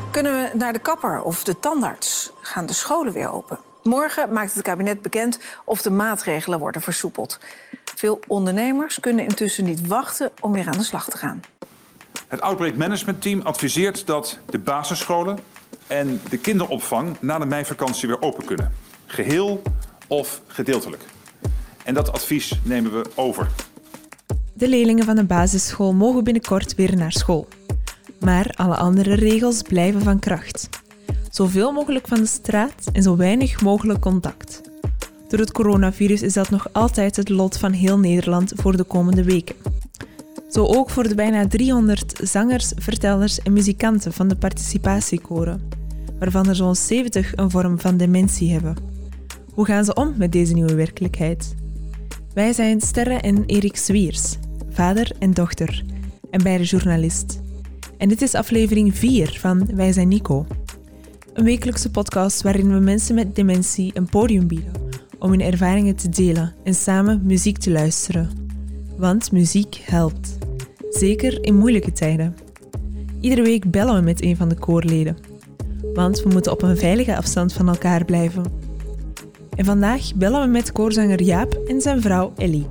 Kunnen we naar de kapper of de tandarts? Gaan de scholen weer open? Morgen maakt het kabinet bekend of de maatregelen worden versoepeld. Veel ondernemers kunnen intussen niet wachten om weer aan de slag te gaan. Het Outbreak Management Team adviseert dat de basisscholen en de kinderopvang na de meivakantie weer open kunnen. Geheel of gedeeltelijk. En dat advies nemen we over. De leerlingen van de basisschool mogen binnenkort weer naar school. Maar alle andere regels blijven van kracht. Zoveel mogelijk van de straat en zo weinig mogelijk contact. Door het coronavirus is dat nog altijd het lot van heel Nederland voor de komende weken. Zo ook voor de bijna 300 zangers, vertellers en muzikanten van de participatiekoren, waarvan er zo'n 70 een vorm van dementie hebben. Hoe gaan ze om met deze nieuwe werkelijkheid? Wij zijn Sterre en Erik Zwiers, vader en dochter, en beide journalist. En dit is aflevering 4 van Wij zijn Nico. Een wekelijkse podcast waarin we mensen met dementie een podium bieden om hun ervaringen te delen en samen muziek te luisteren. Want muziek helpt. Zeker in moeilijke tijden. Iedere week bellen we met een van de koorleden. Want we moeten op een veilige afstand van elkaar blijven. En vandaag bellen we met koorzanger Jaap en zijn vrouw Ellie.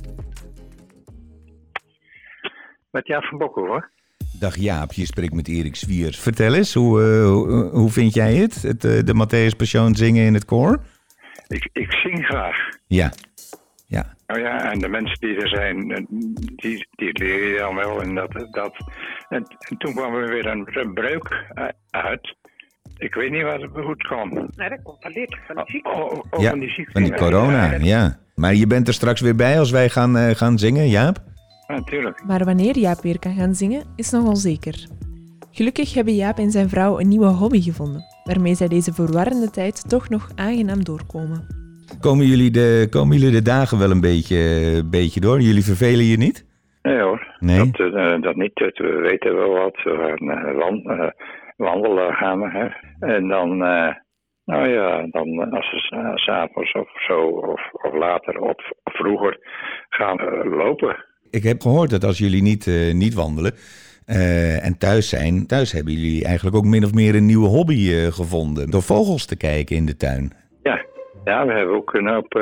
Met Jaap van Bokken, hoor. Dag Jaap, je spreekt met Erik Zwiers. Vertel eens, hoe vind jij het? De Matthäus Passion zingen in het koor? Ik zing graag. Ja. Nou ja, en de mensen die er zijn, die leer je dan wel. En toen kwam er weer een breuk uit. Ik weet niet hoe het kwam. Nee, dat komt van dit, van die ziekte. Van die ziekte. Van die corona, ja. Maar je bent er straks weer bij als wij gaan zingen, Jaap? Natuurlijk. Maar wanneer Jaap weer kan gaan zingen, is nog onzeker. Gelukkig hebben Jaap en zijn vrouw een nieuwe hobby gevonden, waarmee zij deze verwarrende tijd toch nog aangenaam doorkomen. Komen jullie de dagen wel een beetje door? Jullie vervelen je niet? Nee hoor, Nee? dat niet. We weten wel wat. We gaan wandelen gaan we. Hè. En dan, dan als we 's avonds of zo, of later of vroeger gaan we lopen. Ik heb gehoord dat als jullie niet wandelen en thuis hebben jullie eigenlijk ook min of meer een nieuwe hobby gevonden. Door vogels te kijken in de tuin. Ja, we hebben ook een hoop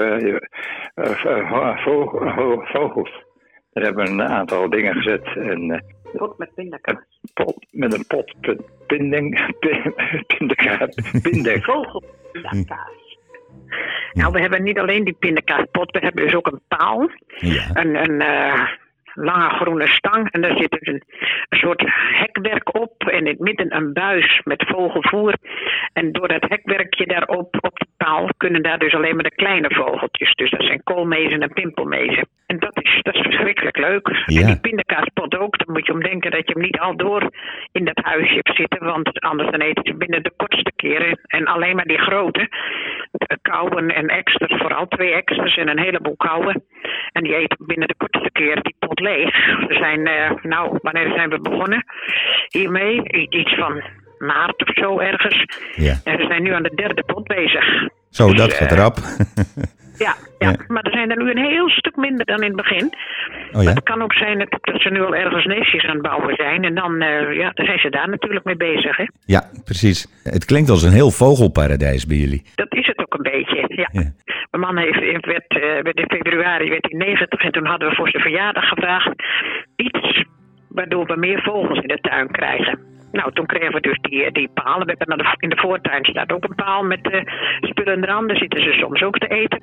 vogels. Daar hebben we een aantal dingen gezet. Pot met pindakaas. Met een pot pindakaas. Vogelpindakaas. Nou, we hebben niet alleen die pindakaaspot, we hebben dus ook een paal. Ja. Een lange groene stang. En daar zit dus een soort hekwerk op. En in het midden een buis met vogelvoer. En door dat hekwerkje daarop, op de paal, kunnen daar dus alleen maar de kleine vogeltjes. Dus dat zijn koolmezen en pimpelmezen. En dat is verschrikkelijk leuk. Ja. En die pindakaaspot ook. Dan moet je om denken dat je hem niet al door in dat huisje hebt zitten. Want anders dan eten ze binnen de kortste keren. En alleen maar die grote. Kauwen en eksters. Vooral 2 eksters en een heleboel kauwen. En die eten binnen de kortste keren die pot leeg. We zijn, wanneer zijn we begonnen? Hiermee, iets van maart of zo ergens. Ja. En we zijn nu aan de 3e pot bezig. Zo, Dus, dat gaat rap. Ja, maar er zijn er nu een heel stuk minder dan in het begin. Oh Maar ja? het kan ook zijn dat ze nu al ergens nestjes aan het bouwen zijn. En dan zijn ze daar natuurlijk mee bezig. Hè? Ja, precies. Het klinkt als een heel vogelparadijs bij jullie. Dat is het ook een beetje, ja. Ja. Mijn man werd in februari 90 en toen hadden we voor zijn verjaardag gevraagd iets waardoor we meer vogels in de tuin krijgen. Nou, toen kregen we dus die palen. We hebben in de voortuin staat ook een paal met spullen eraan. Daar zitten ze soms ook te eten.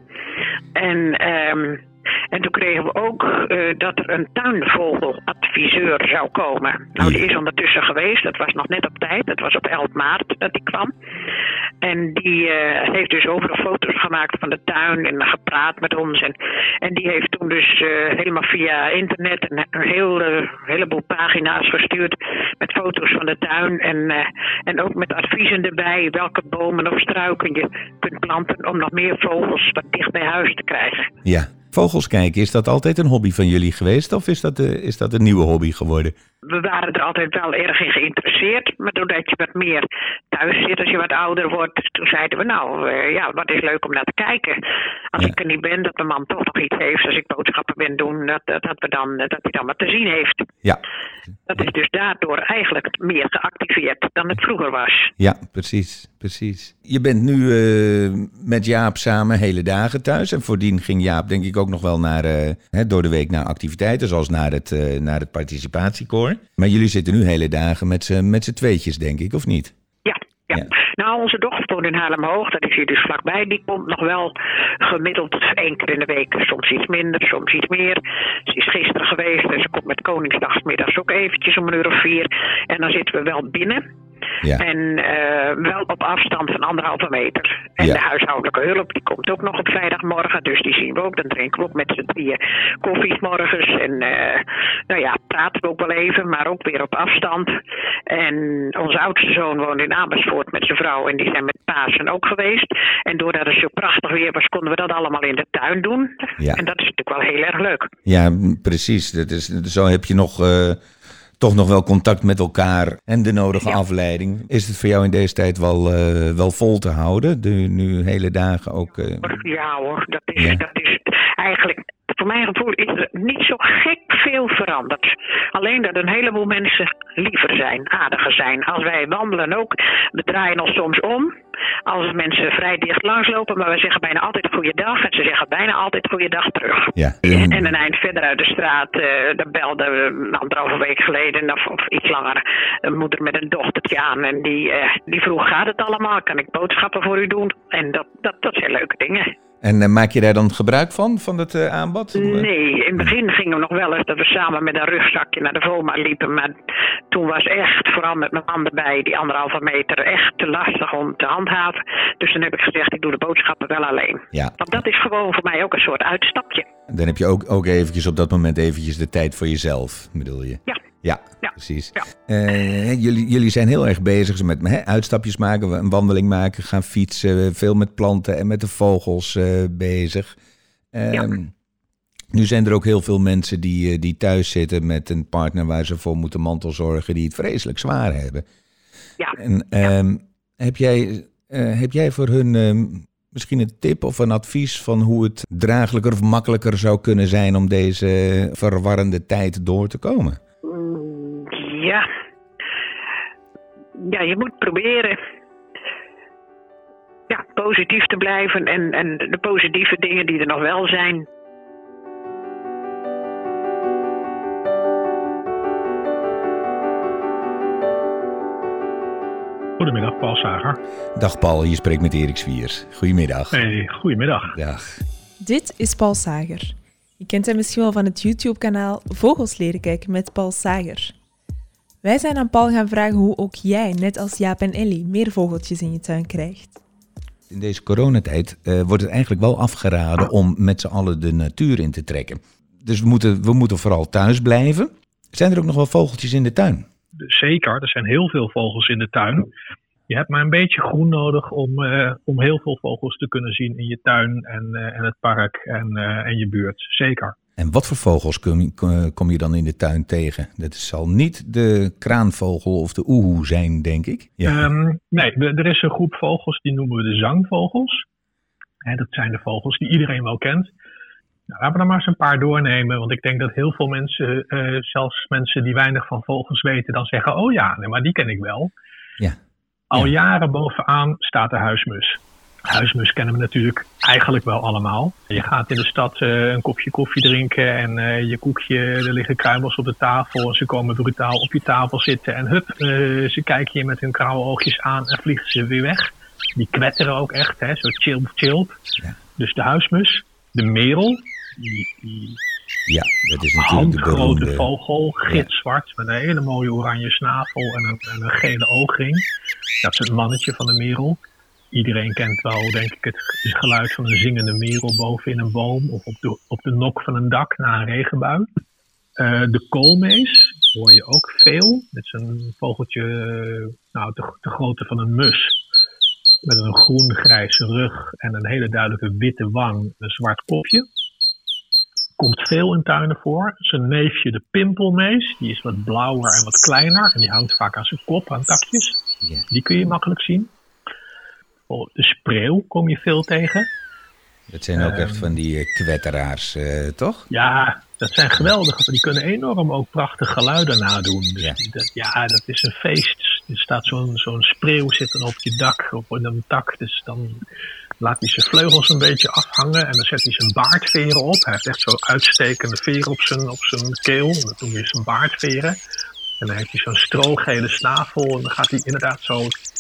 En toen kregen we ook dat er een tuinvogeladviseur zou komen. Nou, die is ondertussen geweest. Dat was nog net op tijd. Dat was op 11 maart dat die kwam. En die heeft dus overal foto's gemaakt van de tuin en gepraat met ons. En die heeft toen dus helemaal via internet een heleboel pagina's gestuurd met foto's van de tuin. En ook met adviezen erbij welke bomen of struiken je kunt planten om nog meer vogels wat dicht bij huis te krijgen. Ja. Vogels kijken, is dat altijd een hobby van jullie geweest of is dat een nieuwe hobby geworden? we waren er altijd wel erg in geïnteresseerd. Maar doordat je wat meer thuis zit als je wat ouder wordt, toen zeiden we wat is leuk om naar te kijken. Als ik er niet ben, dat mijn man toch nog iets heeft. Als ik boodschappen ben doen, dat hij dan wat te zien heeft. Ja. Dat is dus daardoor eigenlijk meer geactiveerd dan het vroeger was. Ja, precies. Je bent nu met Jaap samen hele dagen thuis. En voordien ging Jaap denk ik ook nog wel door de week naar activiteiten, zoals naar het participatiekoor. Maar jullie zitten nu hele dagen met z'n tweetjes, denk ik, of niet? Ja. Nou, onze dochter woont in Haarlemmerhoog, dat is hier dus vlakbij. Die komt nog wel gemiddeld 1 keer in de week. Soms iets minder, soms iets meer. Ze is gisteren geweest en ze komt met Koningsdagsmiddags ook eventjes om 4:00. En dan zitten we wel binnen. Ja. En wel op afstand van 1,5 meter. En de huishoudelijke hulp, die komt ook nog op vrijdagmorgen. Dus die zien we ook. Dan drinken we ook met z'n 3 koffie morgens. En praten we ook wel even, maar ook weer op afstand. En onze oudste zoon woont in Amersfoort met zijn vrouw. En die zijn met Pasen ook geweest. En doordat het zo prachtig weer was, konden we dat allemaal in de tuin doen. Ja. En dat is natuurlijk wel heel erg leuk. Ja, precies. Zo heb je nog toch nog wel contact met elkaar en de nodige afleiding. Is het voor jou in deze tijd wel vol te houden? Nu hele dagen ook? Ja hoor, dat is eigenlijk... Voor mijn gevoel is er niet zo gek veel veranderd. Alleen dat een heleboel mensen liever zijn, aardiger zijn. Als wij wandelen ook, we draaien ons soms om. Als mensen vrij dicht langslopen, maar wij zeggen bijna altijd goeiedag. En ze zeggen bijna altijd goeiedag terug. Ja. En een eind verder uit de straat, daar belde 1,5 week geleden of iets langer een moeder met een dochtertje aan. En die vroeg, gaat het allemaal? Kan ik boodschappen voor u doen? En dat zijn leuke dingen. En maak je daar dan gebruik van het aanbod? Nee, in het begin gingen we nog wel eens dat we samen met een rugzakje naar de Voma liepen. Maar toen was echt, vooral met mijn man erbij, die 1,5 meter, echt te lastig om te handhaven. Dus dan heb ik gezegd, ik doe de boodschappen wel alleen. Ja. Want dat is gewoon voor mij ook een soort uitstapje. Dan heb je ook eventjes op dat moment eventjes de tijd voor jezelf, bedoel je? Ja, precies. Ja. Jullie zijn heel erg bezig met uitstapjes maken, een wandeling maken, gaan fietsen, veel met planten en met de vogels bezig. Nu zijn er ook heel veel mensen die thuis zitten met een partner waar ze voor moeten mantelzorgen, die het vreselijk zwaar hebben. Ja. En heb jij voor hun misschien een tip of een advies van hoe het draaglijker of makkelijker zou kunnen zijn om deze verwarrende tijd door te komen? Ja, je moet proberen positief te blijven en de positieve dingen die er nog wel zijn. Goedemiddag, Paul Sager. Dag Paul, je spreekt met Erik Zwiers. Goedemiddag. Hey, goedemiddag. Dag. Dit is Paul Sager. Je kent hem misschien wel van het YouTube-kanaal Vogels leren kijken met Paul Sager. Wij zijn aan Paul gaan vragen hoe ook jij, net als Jaap en Ellie, meer vogeltjes in je tuin krijgt. In deze coronatijd wordt het eigenlijk wel afgeraden om met z'n allen de natuur in te trekken. Dus we moeten vooral thuis blijven. Zijn er ook nog wel vogeltjes in de tuin? Zeker, er zijn heel veel vogels in de tuin. Je hebt maar een beetje groen nodig om heel veel vogels te kunnen zien in je tuin en het park en je buurt. Zeker. En wat voor vogels kom je dan in de tuin tegen? Dat zal niet de kraanvogel of de oehoe zijn, denk ik. Ja. Nee, er is een groep vogels, die noemen we de zangvogels. Dat zijn de vogels die iedereen wel kent. Nou, laten we er maar eens een paar doornemen, want ik denk dat heel veel mensen, zelfs mensen die weinig van vogels weten, dan zeggen, oh ja, nee, maar die ken ik wel. Ja. Al jaren bovenaan staat de huismus. Huismus kennen we natuurlijk eigenlijk wel allemaal. Je gaat in de stad een kopje koffie drinken en je koekje, er liggen kruimels op de tafel en ze komen brutaal op je tafel zitten en hup, ze kijken je met hun grauwe oogjes aan en vliegen ze weer weg. Die kwetteren ook echt, zo chilp, chilp. Ja. Dus de huismus, de merel, ja, dat is natuurlijk de handgrote vogel, gitzwart, met een hele mooie oranje snavel en een gele oogring. Dat is het mannetje van de merel. Iedereen kent wel, denk ik, het geluid van een zingende merel boven in een boom of op de nok van een dak na een regenbui. De koolmees hoor je ook veel. Het is een vogeltje de grootte van een mus. Met een groen-grijze rug en een hele duidelijke witte wang, een zwart kopje. komt veel in tuinen voor. Zijn neefje de pimpelmees, die is wat blauwer en wat kleiner. En die hangt vaak aan zijn kop, aan takjes. Ja. Die kun je makkelijk zien. De spreeuw kom je veel tegen. Dat zijn ook echt van die kwetteraars, toch? Ja, dat zijn geweldige. Die kunnen enorm ook prachtige geluiden nadoen. Dus dat is een feest. Er staat zo'n spreeuw zit dan op je dak, op een tak. Dus dan laat hij zijn vleugels een beetje afhangen en dan zet hij zijn baardveren op. Hij heeft echt zo uitstekende veren op zijn keel. Dat noem je zijn baardveren. En dan heeft hij zo'n strogele snavel en dan gaat hij inderdaad zo...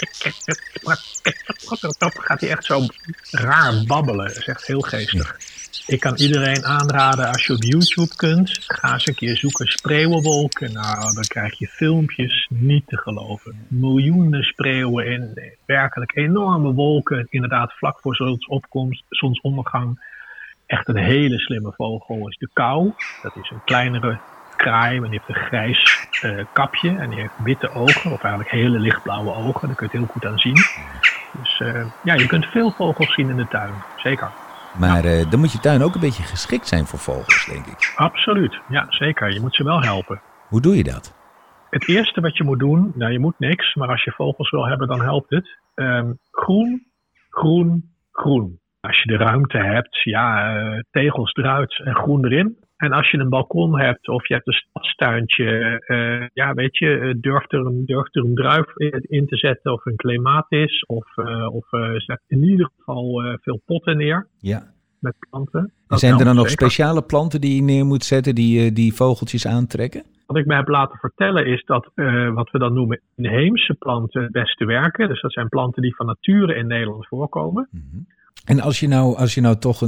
gaat hij echt zo raar babbelen. Dat is echt heel geestig. Ik kan iedereen aanraden, als je op YouTube kunt, ga eens een keer zoeken spreeuwenwolken. Nou, dan krijg je filmpjes niet te geloven. Miljoenen spreeuwen in werkelijk enorme wolken. Inderdaad, vlak voor zonsopkomst, zonsondergang. Echt een hele slimme vogel is de kauw. Dat is een kleinere kraai, maar die heeft een grijs kapje en die heeft witte ogen, of eigenlijk hele lichtblauwe ogen. Daar kun je het heel goed aan zien. Dus je kunt veel vogels zien in de tuin, zeker. Maar dan moet je tuin ook een beetje geschikt zijn voor vogels, denk ik. Absoluut, ja zeker. Je moet ze wel helpen. Hoe doe je dat? Het eerste wat je moet doen, nou je moet niks, maar als je vogels wil hebben dan helpt het. Groen, groen, groen. Als je de ruimte hebt, tegels eruit en groen erin. En als je een balkon hebt of je hebt een stadstuintje, durft er een druif in te zetten of een clematis of zet in ieder geval veel potten neer met planten. En zijn er dan nog speciale planten die je neer moet zetten die vogeltjes aantrekken? Wat ik me heb laten vertellen is dat wat we dan noemen inheemse planten het beste werken. Dus dat zijn planten die van nature in Nederland voorkomen. Mm-hmm. En als je nou toch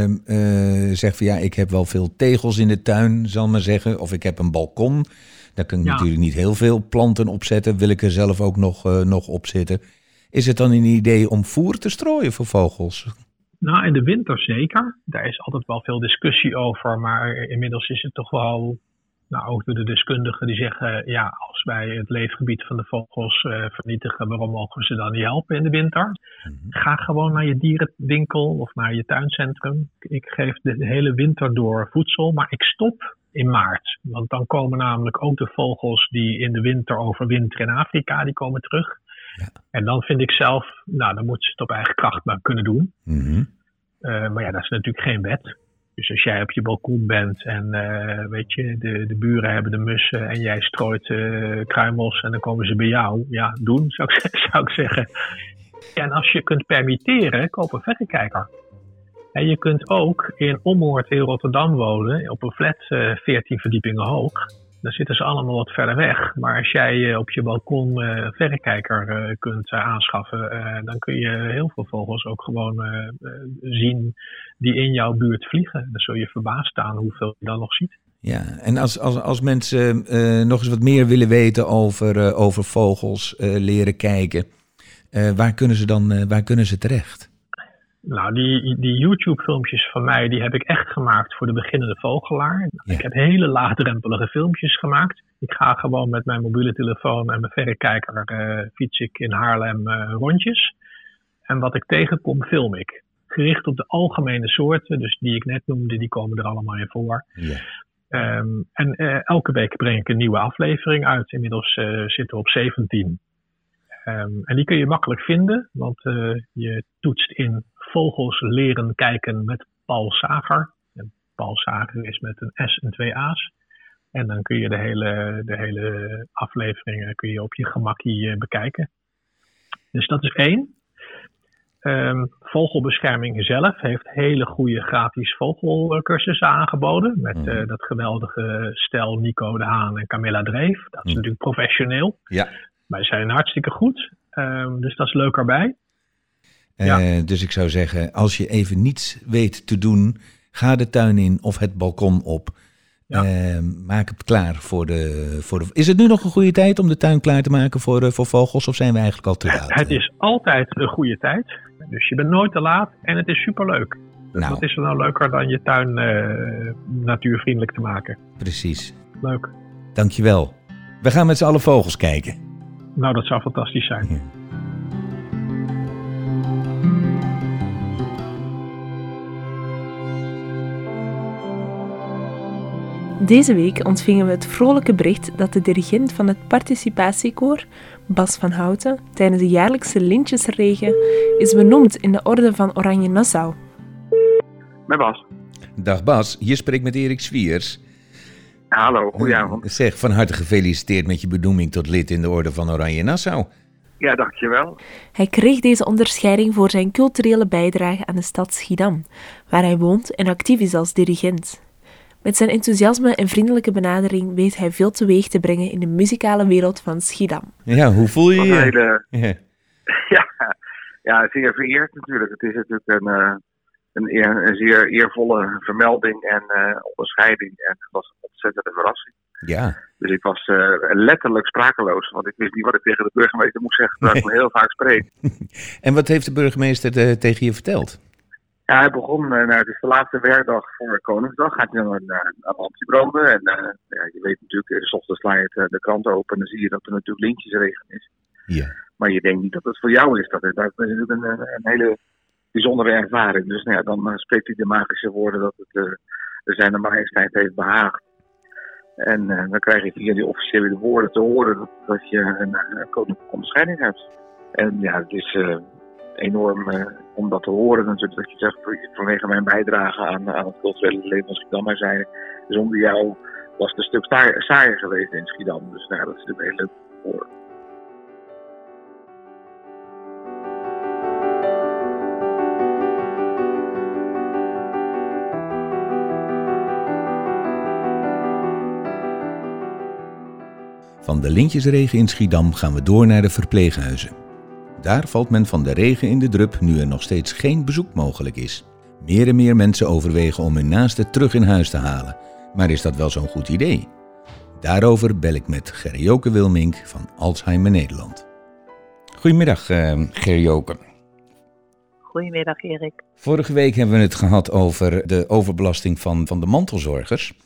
zegt van ik heb wel veel tegels in de tuin, zal ik maar zeggen, of ik heb een balkon, daar kan ik natuurlijk niet heel veel planten opzetten, wil ik er zelf ook nog op zitten. Is het dan een idee om voer te strooien voor vogels? Nou, in de winter zeker. Daar is altijd wel veel discussie over, maar inmiddels is het toch wel... Nou, ook door de deskundigen die zeggen, als wij het leefgebied van de vogels vernietigen, waarom mogen we ze dan niet helpen in de winter? Mm-hmm. Ga gewoon naar je dierenwinkel of naar je tuincentrum. Ik geef de hele winter door voedsel, maar ik stop in maart. Want dan komen namelijk ook de vogels die in de winter overwinteren in Afrika, die komen terug. Ja. En dan vind ik zelf, dan moeten ze het op eigen kracht maar kunnen doen. Mm-hmm. Maar dat is natuurlijk geen wet. Dus als jij op je balkon bent en de buren hebben de mussen en jij strooit kruimels en dan komen ze bij jou. Ja, doen zou ik zeggen. En als je kunt permitteren, koop een verrekijker. En je kunt ook in Ommoord in Rotterdam wonen, op een flat 14 verdiepingen hoog. Dan zitten ze allemaal wat verder weg. Maar als jij op je balkon een verrekijker kunt aanschaffen, dan kun je heel veel vogels ook gewoon zien die in jouw buurt vliegen. Dan zul je verbaasd staan hoeveel je dan nog ziet. Ja, en als mensen nog eens wat meer willen weten over vogels, leren kijken, waar kunnen ze terecht? Nou, die YouTube-filmpjes van mij, die heb ik echt gemaakt voor de beginnende vogelaar. Ja. Ik heb hele laagdrempelige filmpjes gemaakt. Ik ga gewoon met mijn mobiele telefoon en mijn verrekijker fiets ik in Haarlem rondjes. En wat ik tegenkom, film ik. Gericht op de algemene soorten, dus die ik net noemde, die komen er allemaal in voor. Ja. Elke week breng ik een nieuwe aflevering uit. Inmiddels zitten we op 17. En die kun je makkelijk vinden, want je toetst in vogels leren kijken met Paul Sager. En Paul Sager is met een S en 2 A's. En dan kun je de hele afleveringen kun je op je gemakkie bekijken. Dus dat is 1. Vogelbescherming zelf heeft hele goede gratis vogelcursussen aangeboden. Met dat geweldige stel Nico de Haan en Camilla Dreef. Dat is natuurlijk professioneel. Ja. Wij zijn hartstikke goed. Dus dat is leuk erbij. Dus ik zou zeggen, als je even niets weet te doen, ga de tuin in of het balkon op. Ja. Maak het klaar voor de... Is het nu nog een goede tijd om de tuin klaar te maken voor vogels of zijn we eigenlijk al te laat? Het is altijd een goede tijd. Dus je bent nooit te laat en het is superleuk. Dus wat is er nou leuker dan je tuin natuurvriendelijk te maken? Precies. Leuk. Dankjewel. We gaan met z'n allen vogels kijken. Nou, dat zou fantastisch zijn. Ja. Deze week ontvingen we het vrolijke bericht dat de dirigent van het participatiekoor, Bas van Houten, tijdens de jaarlijkse Lintjesregen is benoemd in de Orde van Oranje Nassau. Met Bas. Dag Bas, hier spreekt met Erik Swiers. Hallo, goedenavond. Zeg, van harte gefeliciteerd met je benoeming tot lid in de Orde van Oranje Nassau. Ja, dankjewel. Hij kreeg deze onderscheiding voor zijn culturele bijdrage aan de stad Schiedam, waar hij woont en actief is als dirigent. Met zijn enthousiasme en vriendelijke benadering weet hij veel teweeg te brengen in de muzikale wereld van Schiedam. Ja, hoe voel je je? Ja, zeer vereerd natuurlijk. Het is natuurlijk een zeer eervolle vermelding en onderscheiding. En het was een ontzettende verrassing. Ja. Dus ik was letterlijk sprakeloos, want ik wist niet wat ik tegen de burgemeester moest zeggen, terwijl ik me heel vaak spreek. En wat heeft de burgemeester tegen je verteld? Ja, hij begon, het is de laatste werkdag voor Koningsdag, gaat hij dan aan Antiebranden. En je weet natuurlijk, 's ochtends sla je de krant open en dan zie je dat er natuurlijk lintjesregen is. Ja. Maar je denkt niet dat het voor jou is. Dat is natuurlijk een hele bijzondere ervaring. Dus dan spreekt hij de magische woorden dat het zijn majesteit heeft behaagd. En dan krijg je via die officiële woorden te horen dat je een koninklijke onderscheiding hebt. En ja, het is enorm om dat te horen natuurlijk. Dat je zegt, vanwege mijn bijdrage aan het culturele leven van Schiedam. Maar zei, zonder jou was het een stuk saaier geweest in Schiedam. Dus dat is natuurlijk heel leuk te horen. Van de Lintjesregen in Schiedam gaan we door naar de verpleeghuizen. Daar valt men van de regen in de drup nu er nog steeds geen bezoek mogelijk is. Meer en meer mensen overwegen om hun naasten terug in huis te halen. Maar is dat wel zo'n goed idee? Daarover bel ik met Gerjoke Wilmink van Alzheimer Nederland. Goedemiddag Gerjoke. Goedemiddag Erik. Vorige week hebben we het gehad over de overbelasting van de mantelzorgers.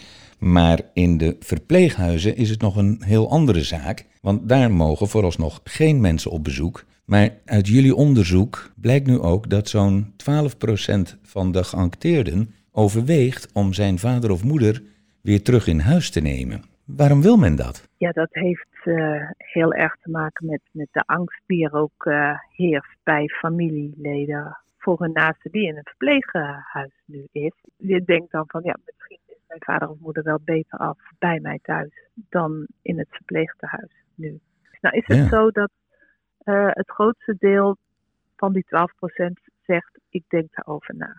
Maar in de verpleeghuizen is het nog een heel andere zaak. Want daar mogen vooralsnog geen mensen op bezoek. Maar uit jullie onderzoek blijkt nu ook dat zo'n 12% van de geënquêteerden overweegt om zijn vader of moeder weer terug in huis te nemen. Waarom wil men dat? Ja, dat heeft heel erg te maken met de angst die er ook heerst bij familieleden voor hun naaste die in een verpleeghuis nu is. Je denkt dan van ja, misschien is mijn vader of moeder wel beter af bij mij thuis dan in het verpleegtehuis nu. Nou is het zo dat het grootste deel van die 12% zegt ik denk daarover na.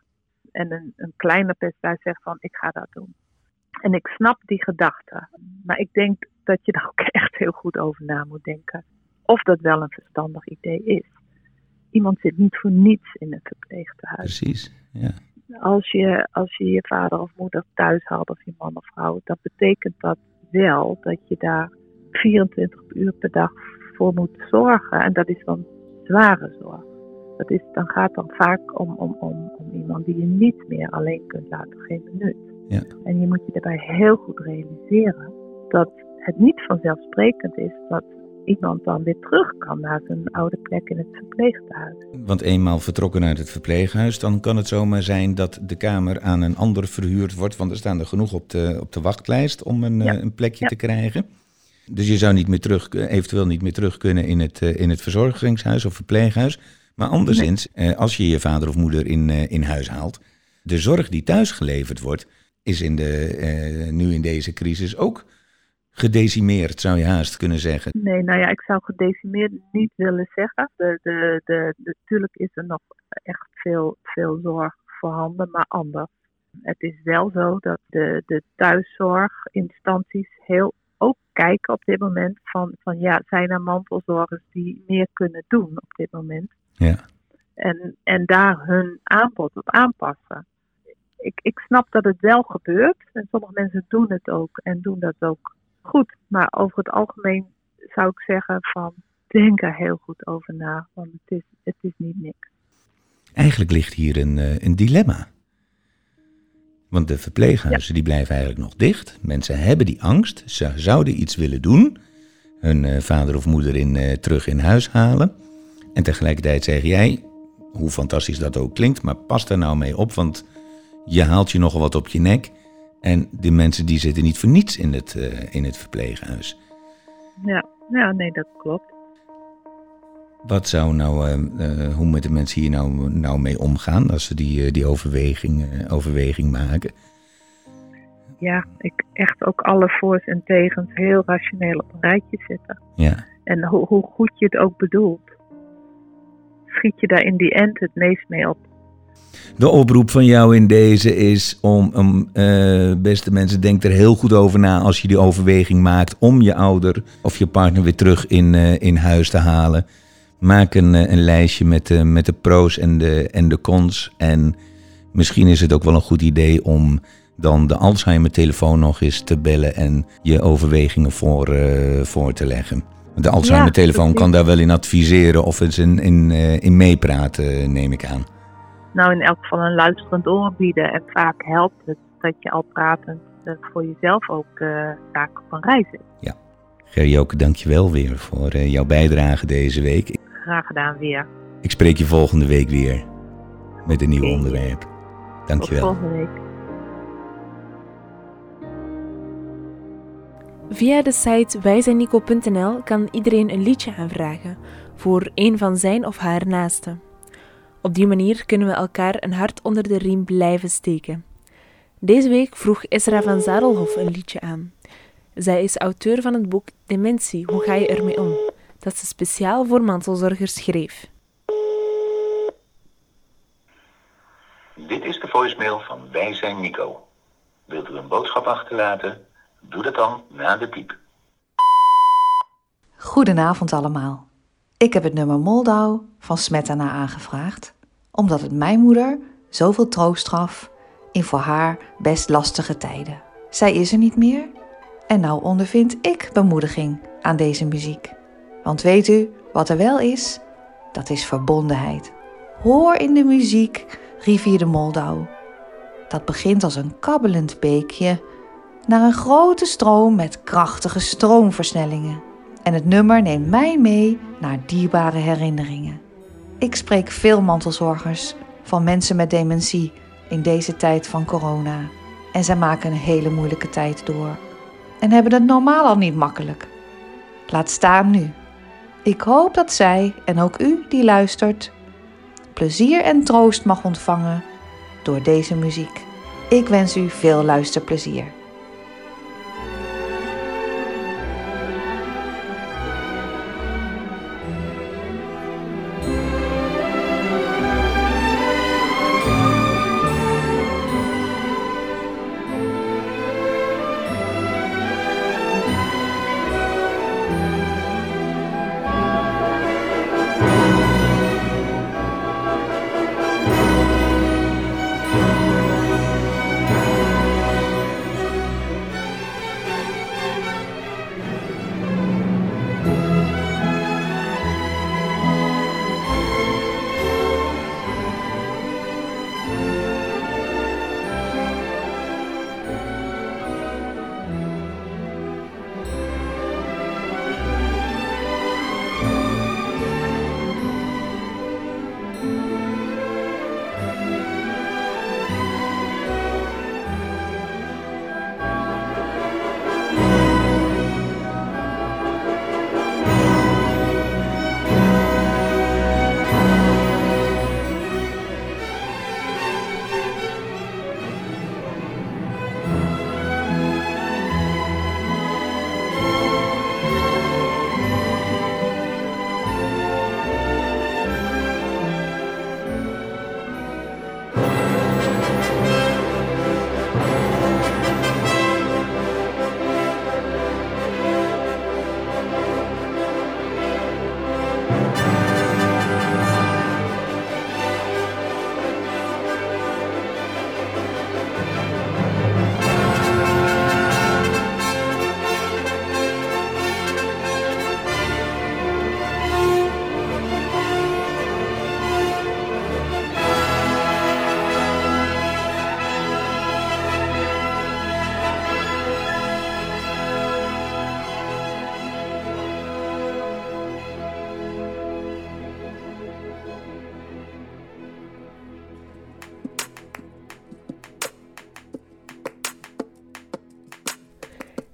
En een kleine percentage zegt van ik ga dat doen. En ik snap die gedachte. Maar ik denk dat je daar ook echt heel goed over na moet denken. Of dat wel een verstandig idee is. Iemand zit niet voor niets in een verpleegtehuis. Precies, ja. Als je vader of moeder thuis haalt of je man of vrouw, dan betekent dat wel dat je daar 24 uur per dag voor moet zorgen. En dat is dan zware zorg. Dan gaat dan vaak om iemand die je niet meer alleen kunt laten, geen minuut. Ja. En je moet je daarbij heel goed realiseren dat het niet vanzelfsprekend is dat iemand dan weer terug kan naar zijn oude plek in het verpleeghuis. Want eenmaal vertrokken uit het verpleeghuis, dan kan het zomaar zijn dat de kamer aan een ander verhuurd wordt, want er staan er genoeg op de wachtlijst om een plekje te krijgen. Dus je zou eventueel niet meer terug kunnen in het verzorgingshuis of verpleeghuis. Maar anderszins, als je je vader of moeder in huis haalt, de zorg die thuis geleverd wordt, is nu in deze crisis ook gedecimeerd, zou je haast kunnen zeggen. Nee, nou ja, ik zou gedecimeerd niet willen zeggen. Natuurlijk is er nog echt veel zorg voorhanden, maar anders. Het is wel zo dat de thuiszorginstanties heel ook kijken op dit moment van zijn er mantelzorgers die meer kunnen doen op dit moment. Ja. En daar hun aanbod op aanpassen. Ik snap dat het wel gebeurt. En sommige mensen doen het ook en doen dat ook goed. Maar over het algemeen zou ik zeggen van denk er heel goed over na. Want het is niet niks. Eigenlijk ligt hier een dilemma. Want de verpleeghuizen die blijven eigenlijk nog dicht. Mensen hebben die angst. Ze zouden iets willen doen. Hun vader of moeder terug in huis halen. En tegelijkertijd zeg jij, hoe fantastisch dat ook klinkt, maar pas daar nou mee op, want je haalt je nogal wat op je nek En die mensen die zitten niet voor niets in het verpleeghuis. Ja, nee, dat klopt. Wat zou hoe moeten mensen hier nou mee omgaan als ze die overweging maken? Ja, ik echt ook alle voor's en tegens heel rationeel op een rijtje zetten. Ja. En hoe goed je het ook bedoelt, schiet je daar in die end het meest mee op. De oproep van jou in deze is om beste mensen, denk er heel goed over na als je die overweging maakt om je ouder of je partner weer terug in huis te halen. Maak een lijstje met de pro's en de cons. En misschien is het ook wel een goed idee om dan de Alzheimer-telefoon nog eens te bellen en je overwegingen voor te leggen. De Alzheimer-telefoon kan daar wel in adviseren of eens in meepraten, neem ik aan. Nou, in elk geval een luisterend oor bieden. En vaak helpt het dat je al pratend voor jezelf ook zaken op een rij zet. Ja. Gerjoke, dank je wel weer voor jouw bijdrage deze week. Graag gedaan weer. Ik spreek je volgende week weer met een nieuw onderwerp. Dank je wel. Tot volgende week. Via de site wijzijnnico.nl kan iedereen een liedje aanvragen voor een van zijn of haar naasten. Op die manier kunnen we elkaar een hart onder de riem blijven steken. Deze week vroeg Esra van Zadelhof een liedje aan. Zij is auteur van het boek Dementie, hoe ga je ermee om? Dat ze speciaal voor mantelzorgers schreef. Dit is de voicemail van Wij zijn Nico. Wilt u een boodschap achterlaten? Doe dat dan na de piep. Goedenavond allemaal. Ik heb het nummer Moldau van Smetana aangevraagd, omdat het mijn moeder zoveel troost gaf in voor haar best lastige tijden. Zij is er niet meer en nou ondervind ik bemoediging aan deze muziek. Want weet u wat er wel is? Dat is verbondenheid. Hoor in de muziek rivier de Moldau. Dat begint als een kabbelend beekje naar een grote stroom met krachtige stroomversnellingen. En het nummer neemt mij mee naar dierbare herinneringen. Ik spreek veel mantelzorgers van mensen met dementie in deze tijd van corona. En zij maken een hele moeilijke tijd door. En hebben het normaal al niet makkelijk. Laat staan nu. Ik hoop dat zij en ook u die luistert plezier en troost mag ontvangen door deze muziek. Ik wens u veel luisterplezier.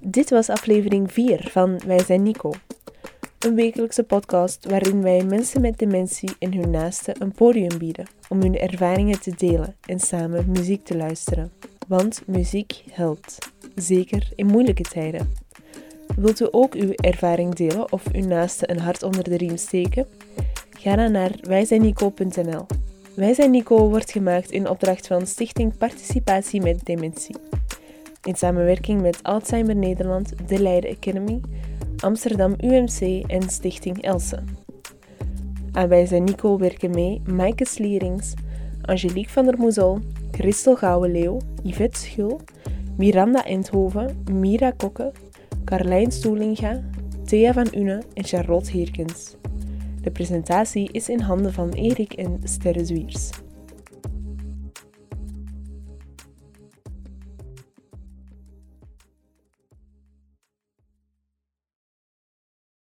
Dit was aflevering 4 van Wij zijn Nico. Een wekelijkse podcast waarin wij mensen met dementie en hun naasten een podium bieden om hun ervaringen te delen en samen muziek te luisteren. Want muziek helpt, zeker in moeilijke tijden. Wilt u ook uw ervaring delen of uw naaste een hart onder de riem steken? Ga dan naar wijzijnnico.nl. Wij zijn Nico wordt gemaakt in opdracht van Stichting Participatie met Dementie. In samenwerking met Alzheimer Nederland, de Leiden Academy, Amsterdam UMC en Stichting Else. Aan Wij zijn Nico werken mee Maaike Slierings, Angelique van der Moezel, Christel Gouwenleeuw, Yvette Schul, Miranda Endhoven, Mira Kokke, Carlijn Stoelinga, Thea van Une en Charlotte Heerkens. De presentatie is in handen van Erik en Sterre Zwiers.